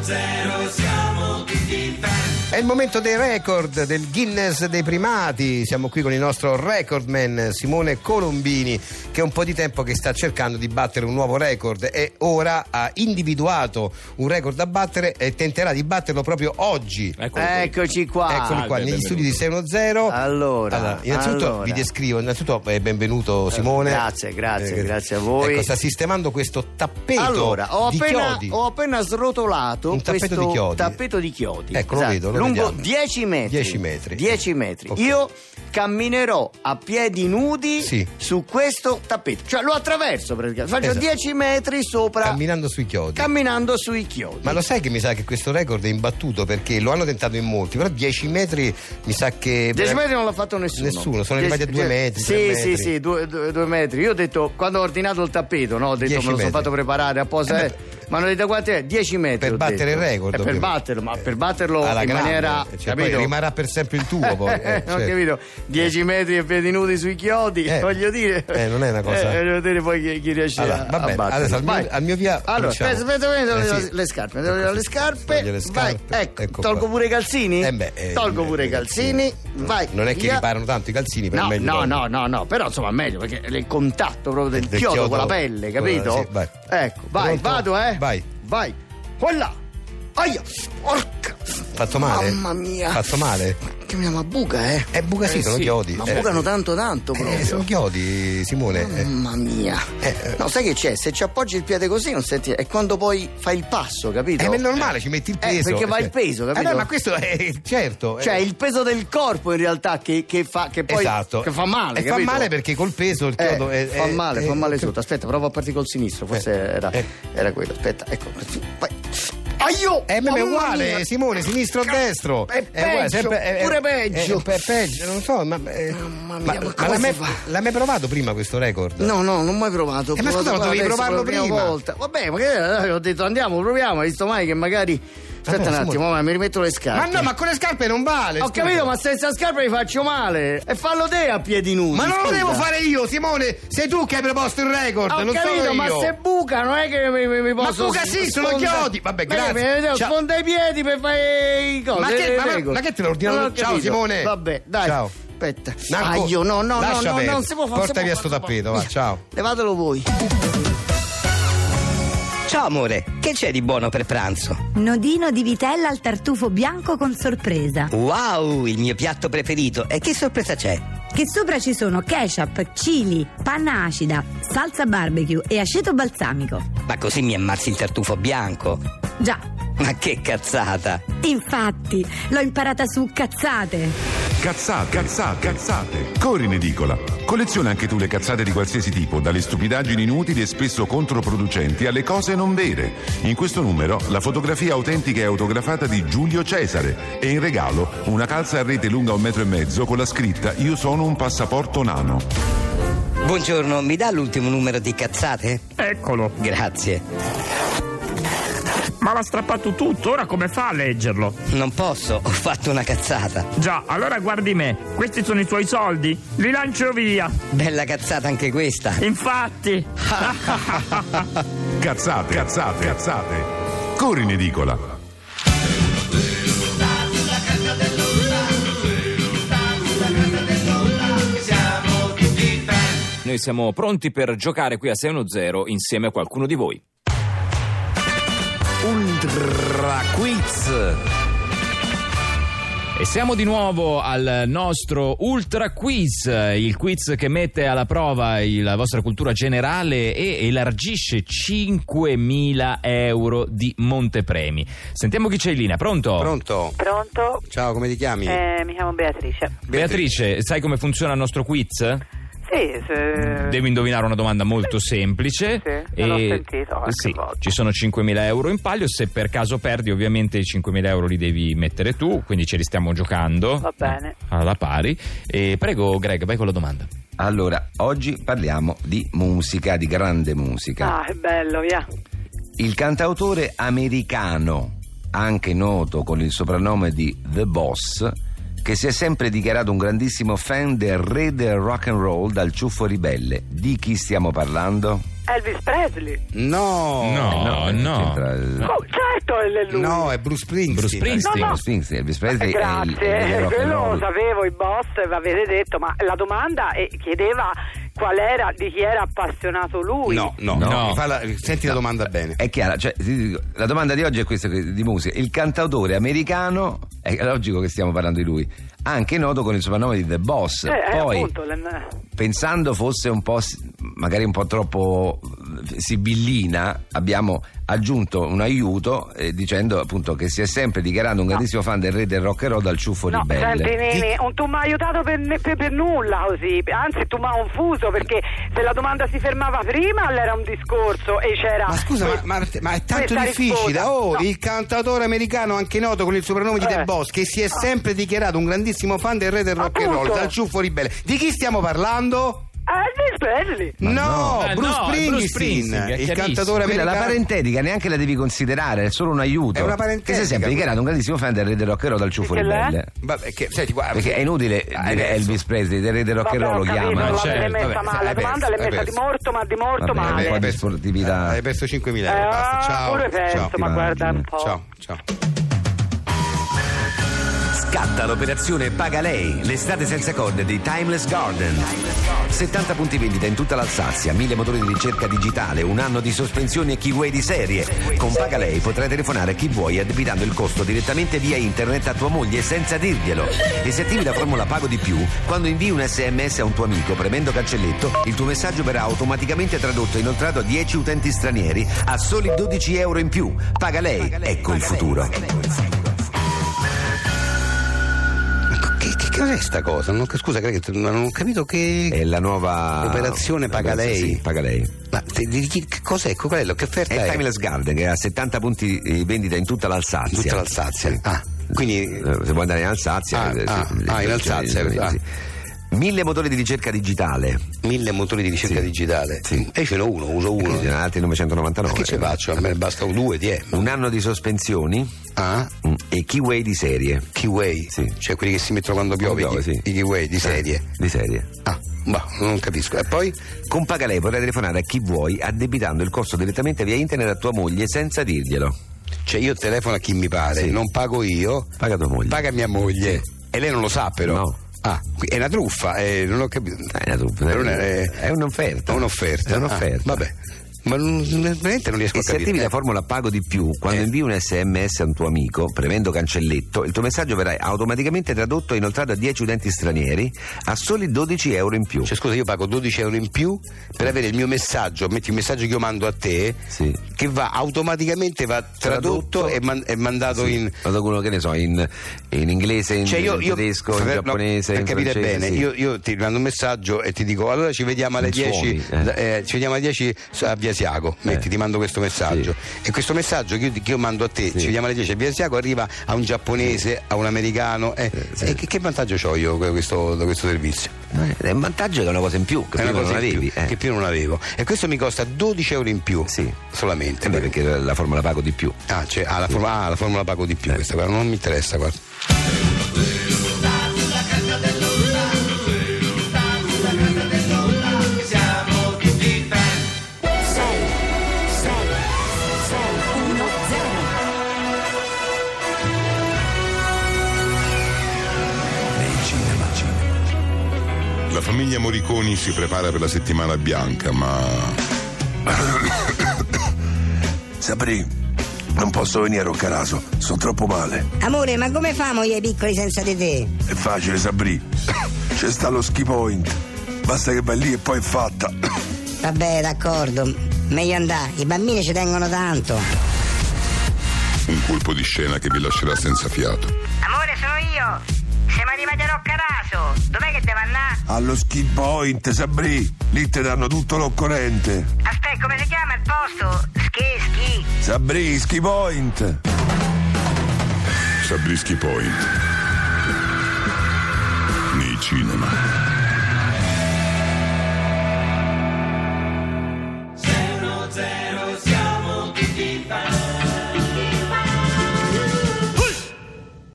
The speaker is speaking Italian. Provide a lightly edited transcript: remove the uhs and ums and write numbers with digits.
siamo tutti fan. È il momento dei record, del Guinness dei primati. Siamo qui con il nostro recordman Simone Colombini, che è un po' di tempo che sta cercando di battere un nuovo record e ora ha individuato un record da battere e tenterà di batterlo proprio oggi. Eccoci qua. Eccoli qua, negli studi di 610. Allora, innanzitutto vi descrivo, benvenuto Simone. Grazie a voi. Ecco, sta sistemando questo tappeto di chiodi. Ho appena srotolato un tappeto questo di chiodi. tappeto di chiodi. Ecco, lo vedo, lo lungo vediamo. 10 metri. 10 metri. Okay. Io camminerò a piedi nudi su questo tappeto, cioè lo attraverso praticamente. Faccio 10 metri sopra, camminando sui chiodi. Ma lo sai che mi sa che questo record è imbattuto, perché lo hanno tentato in molti, però 10 metri mi sa che 10 metri non l'ha fatto nessuno, sono arrivati a 2 metri. Sì, 2 metri. Io ho detto, quando ho ordinato il tappeto, no, ho detto, me lo sono fatto preparare apposta. Ma hanno detto quanto è? 10 metri. Per battere il record. Per batterlo, ma per batterlo alla in grande, maniera. Poi rimarrà per sempre il tuo. Poi, non certo. Capito? 10 metri e piedi nudi sui chiodi, voglio dire. Non è una cosa. Voglio vedere poi chi riesce a battere. Adesso al mio via. Allora, aspetta, le scarpe. Le scarpe. Vai, ecco, tolgo pure i calzini? Tolgo pure i calzini. Vai. Non è che riparano tanto i calzini, per meglio. No, però insomma meglio, perché è il contatto proprio del chiodo con la pelle, capito? Vai. Ecco, vai, vado, Vai. Voilà. Aia, porca. Fatto male? Mamma mia. Fatto male? Che mi chiama buca, buca, sono chiodi. Ma bucano tanto proprio. Sono chiodi, Simone. Mamma mia. No, sai che c'è? Se ci appoggi il piede così non senti. È quando poi fai il passo, capito? È normale, ci metti il peso. Perché va il peso, capito? Ma questo è certo. Cioè, il peso del corpo in realtà che fa che poi che fa male, capito? Fa male perché col peso il chiodo fa male sotto. Aspetta, provo a partire col sinistro, forse era quello. Aspetta, ecco. Vai. Aio! È uguale, Simone, sinistro o destro? È peggio, pure peggio. Peggio, non so, ma l'hai mai provato prima questo record? No, non ho mai provato. Ma scusa, ma dovevi provarlo prima. Volta. Vabbè, ma ho detto andiamo, proviamo, visto mai che magari. Aspetta un attimo, mi rimetto le scarpe. Ma no, ma con le scarpe non vale. Ho capito, ma senza scarpe mi faccio male. E fallo te a piedi nudi. Ma non lo devo fare io, Simone. Sei tu che hai proposto il record. Ho non capito, sono io. Ma se buca non è che mi posso. Ma buca sono chiodi. Vabbè, grazie. Sfonda i piedi per fare i cose. Ma che te l'ho ordinato? Ciao, Simone. Vabbè, dai. Ciao. Aspetta. Io no, non si può fare. Porta via sto tappeto, va, ciao. Levatelo voi. Ciao amore, che c'è di buono per pranzo? Nodino di vitella al tartufo bianco con sorpresa. Wow, il mio piatto preferito. E che sorpresa c'è? Che sopra ci sono ketchup, chili, panna acida, salsa barbecue e aceto balsamico. Ma così mi ammazzi il tartufo bianco? Già. Ma che cazzata! Infatti, l'ho imparata su Cazzate. Cazzate. Corri in edicola. Colleziona anche tu le cazzate di qualsiasi tipo, dalle stupidaggini inutili e spesso controproducenti alle cose non vere. In questo numero la fotografia autentica e autografata di Giulio Cesare e in regalo una calza a rete lunga 1,5 metri con la scritta "Io sono un passaporto nano". Buongiorno, mi dà l'ultimo numero di Cazzate? Eccolo. Grazie. Ma l'ha strappato tutto, ora come fa a leggerlo? Non posso, ho fatto una cazzata. Già, allora guardi me, questi sono i suoi soldi, li lancio via. Bella cazzata anche questa. Infatti. Cazzate. Corri in edicola. Noi siamo pronti per giocare qui a 610 insieme a qualcuno di voi. Ultra Quiz. E siamo di nuovo al nostro Ultra Quiz, il quiz che mette alla prova la vostra cultura generale e elargisce 5.000 euro di montepremi. Sentiamo chi c'è in linea, pronto? Pronto. Ciao, come ti chiami? Mi chiamo Beatrice. Beatrice, sai come funziona il nostro quiz? Sì, devi indovinare una domanda molto semplice. Sì, l'ho sentito sì, volta. Ci sono 5.000 euro in palio. Se per caso perdi, ovviamente i 5.000 euro li devi mettere tu, quindi ce li stiamo giocando. Va bene. Alla pari. E prego, Greg, vai con la domanda. Allora, oggi parliamo di musica, di grande musica. Ah, è bello, via. Il cantautore americano, anche noto con il soprannome di The Boss, che si è sempre dichiarato un grandissimo fan del re del rock and roll dal ciuffo ribelle. Di chi stiamo parlando? Elvis Presley. No. Certo è lui. No, è Bruce Springsteen. Elvis Presley. Grazie, quello lo sapevo, i boss avete detto, ma la domanda chiedeva qual era, di chi era appassionato lui. No. Senti la domanda bene. È chiara, cioè, la domanda di oggi è questa di musica. Il cantautore americano, è logico che stiamo parlando di lui, anche noto con il soprannome di The Boss. Poi, appunto, pensando fosse un po', magari un po' troppo sibillina, abbiamo aggiunto un aiuto dicendo appunto che si è sempre dichiarato un grandissimo fan del re del rock and roll dal ciuffo ribelle. Senti Nini, tu mi hai aiutato per nulla così, anzi tu mi hai confuso, perché se la domanda si fermava prima era un discorso e c'era... Ma scusa, ma è tanto difficile. Il cantautore americano anche noto con il soprannome di The Boss, che si è sempre dichiarato un grandissimo fan del re del rock and roll dal ciuffo ribelle. Di chi stiamo parlando? Elvis Presley. Bruce Springsteen, il cantatore americano. La parentetica neanche la devi considerare, è solo un aiuto. È una parentetica. Che si è sempre dichiarato un grandissimo fan del re del rock and roll dal ciuffo ribelle. Senti, guarda, perché è inutile dire Elvis Presley, del re del rock and roll lo chiama. L'hai messa male, la domanda l'hai messa di morto male. Un po' di sportività. Hai perso 5.000 euro, basta, ciao. Pure penso, ma guarda un po'. Ciao. Scatta l'operazione Paga Lei, l'estate senza corde di Timeless Garden. 70 punti vendita in tutta l'Alsazia, 1000 motori di ricerca digitale, un anno di sospensioni e keyway di serie. Con Paga Lei potrai telefonare a chi vuoi addebitando il costo direttamente via internet a tua moglie senza dirglielo. E se attivi la formula Pago di più, quando invii un SMS a un tuo amico premendo cancelletto, il tuo messaggio verrà automaticamente tradotto e inoltrato a 10 utenti stranieri a soli 12 euro in più. Paga Lei, ecco il futuro. Che cos'è sta cosa? Scusa, non ho capito che... È la nuova operazione Paga Lei. Sì, Paga Lei. Ma che cos'è? Qual è? Che offerta è? È Timeless Garden, che ha 70 punti di vendita in tutta l'Alsazia. Tutta l'Alsazia. Quindi se vuoi andare in Alsazia. In Alsazia. 1000 motori di ricerca digitale. 1000 motori di ricerca digitale? Sì. E io ce n'ho uno, uso uno. Ce n'ho altri 999. Che ci faccio? A me ne basta due, Un anno di sospensioni e keyway di serie. Keyway? Sì. Cioè quelli che si mettono quando piove, sì. I keyway di serie? Di serie. Non capisco. E poi? Con Paga Lei potrai telefonare a chi vuoi addebitando il costo direttamente via internet a tua moglie senza dirglielo. Cioè io telefono a chi mi pare, non pago io. Paga tua moglie. Paga mia moglie. Sì. E lei non lo sa però. No. È una truffa, non ho capito. È una truffa. È un'offerta. È un'offerta. Vabbè. Ma veramente non riesco a capire. E se attivi la formula Pago di più, quando invii un SMS a un tuo amico premendo cancelletto, il tuo messaggio verrà automaticamente tradotto e inoltrato a 10 utenti stranieri a soli 12 euro in più. Cioè scusa, io pago 12 euro in più per avere il mio messaggio, metti il messaggio che io mando a te, che va automaticamente tradotto e mandato in... Vado quello che ne so, in inglese, in tedesco, in giapponese, per in capire francese, bene, io ti mando un messaggio e ti dico allora ci vediamo alle 10 ci vediamo alle 10 a Via Asiago, ti mando questo messaggio e questo messaggio che io mando a te, ci vediamo alle 10 a Via Asiago, arriva a un giapponese, a un americano, e che vantaggio ho io da questo servizio? È un vantaggio che è una cosa in più che prima non avevi, che prima non avevo, e questo mi costa 12 euro in più solamente. Perché la formula Pago di più. La formula Pago di più, questa qua non mi interessa, guarda. La famiglia Morriconi si prepara per la settimana bianca, ma... Sabrì, non posso venire a Roccaraso, sono troppo male. Amore, ma come famo io i piccoli senza di te? È facile, Sabrì. C'è sta lo ski point. Basta che vai lì e poi è fatta. Vabbè, d'accordo. Meglio andare, i bambini ci tengono tanto. Un colpo di scena che vi lascerà senza fiato. Amore, sono io. Siamo arrivati a Roccaraso. Dov'è che devo andare? Allo ski point, Sabrì. Lì ti danno tutto l'occorrente. Aspetta, come si chiama il posto? Ski. Sabrì, ski point. Sabrì Ski Point. Nei cinema.